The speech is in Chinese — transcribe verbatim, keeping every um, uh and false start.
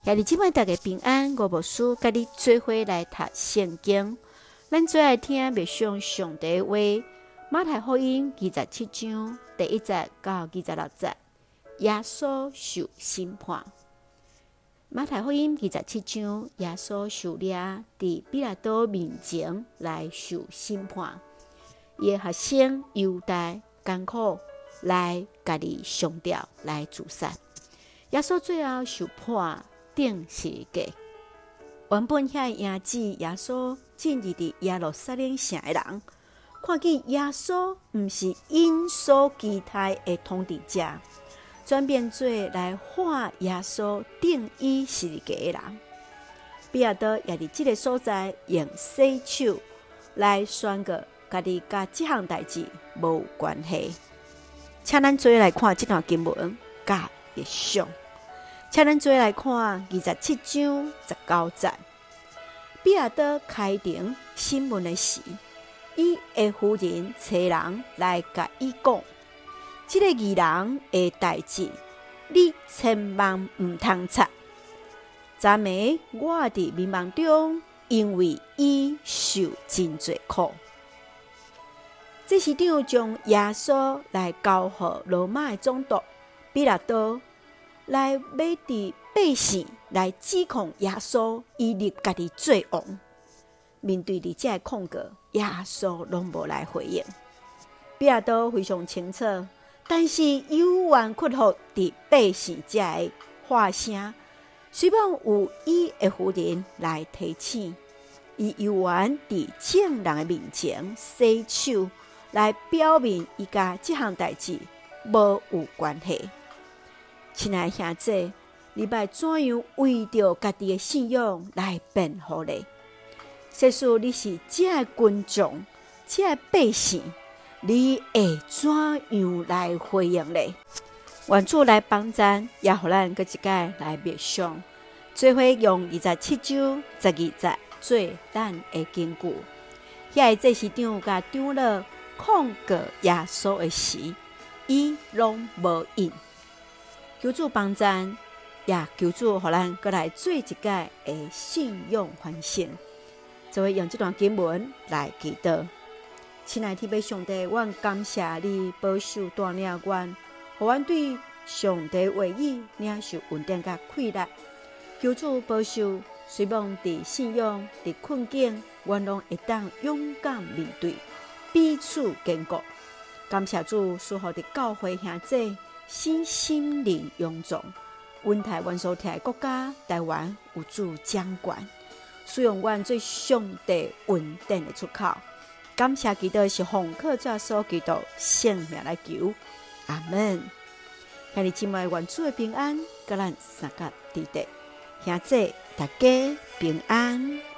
兄弟姊妹大家平安，我牧师甲你做伙来读圣经。咱最爱听默想上帝话，马太福音二十七章第一节到二十六节，耶稣受审判。马太福音二十七章，耶稣受抓伫比拉多面前来受审判，伊的学生犹大艰苦来家己上吊来自杀。耶稣最后受判钉十字架。原本遐影子耶稣进入伫耶路撒冷城的人，看见耶稣毋是因所期待的统治者，转变做来喊耶稣钉伊十字架的人。比拉多也伫即个所在用洗手来宣告家己甲即项代志无有关系。请咱做来看即段经文甲默想。请咱做来看二十七章十九节。比拉多开庭审问的时，伊的夫人找人来甲伊讲：即、这个义人的代志，你千万毋通插。昨暝我伫迷茫中，因为伊受真侪苦。这市长将耶稣来交予罗马的总督比拉多，来要伫百姓来指控耶稣伊立家己做王。面对伫这控告，耶稣拢无来回应。比拉多非常清楚，但是有缘屈服伫百姓这的话声，虽然有伊的夫人来提醒，伊有缘伫众人的面前洗手，来表明伊甲这项代志无有关系。亲爱的兄弟，你要怎样为着家己的信仰来辩护呢？假使你是这个群众，这个百姓，你会怎样来回应呢？愿主来帮咱，也互咱搁一摆来默想，做伙用二十七章十二节做咱的根据。遐个祭司长甲长老控告耶稣的时，伊拢无应。求主帮咱，也求主互咱搁来做一摆的信仰反省。就会用这段经文来祈祷。亲爱的天父上帝，阮感谢你保守带领阮，互阮对上帝话语领受稳定甲快乐。求主保守，虽望伫信仰、伫困境，阮拢会当勇敢面对，彼此坚固。感谢主赐予伫教会兄弟新心灵勇壮，阮台湾所伫的国家台湾有主掌管。使用阮做上帝稳定的出口，感谢基督是奉靠主所基督性命来求，阿门。兄弟姊妹，愿主的平安，甲咱三甲伫地，兄弟大家平安。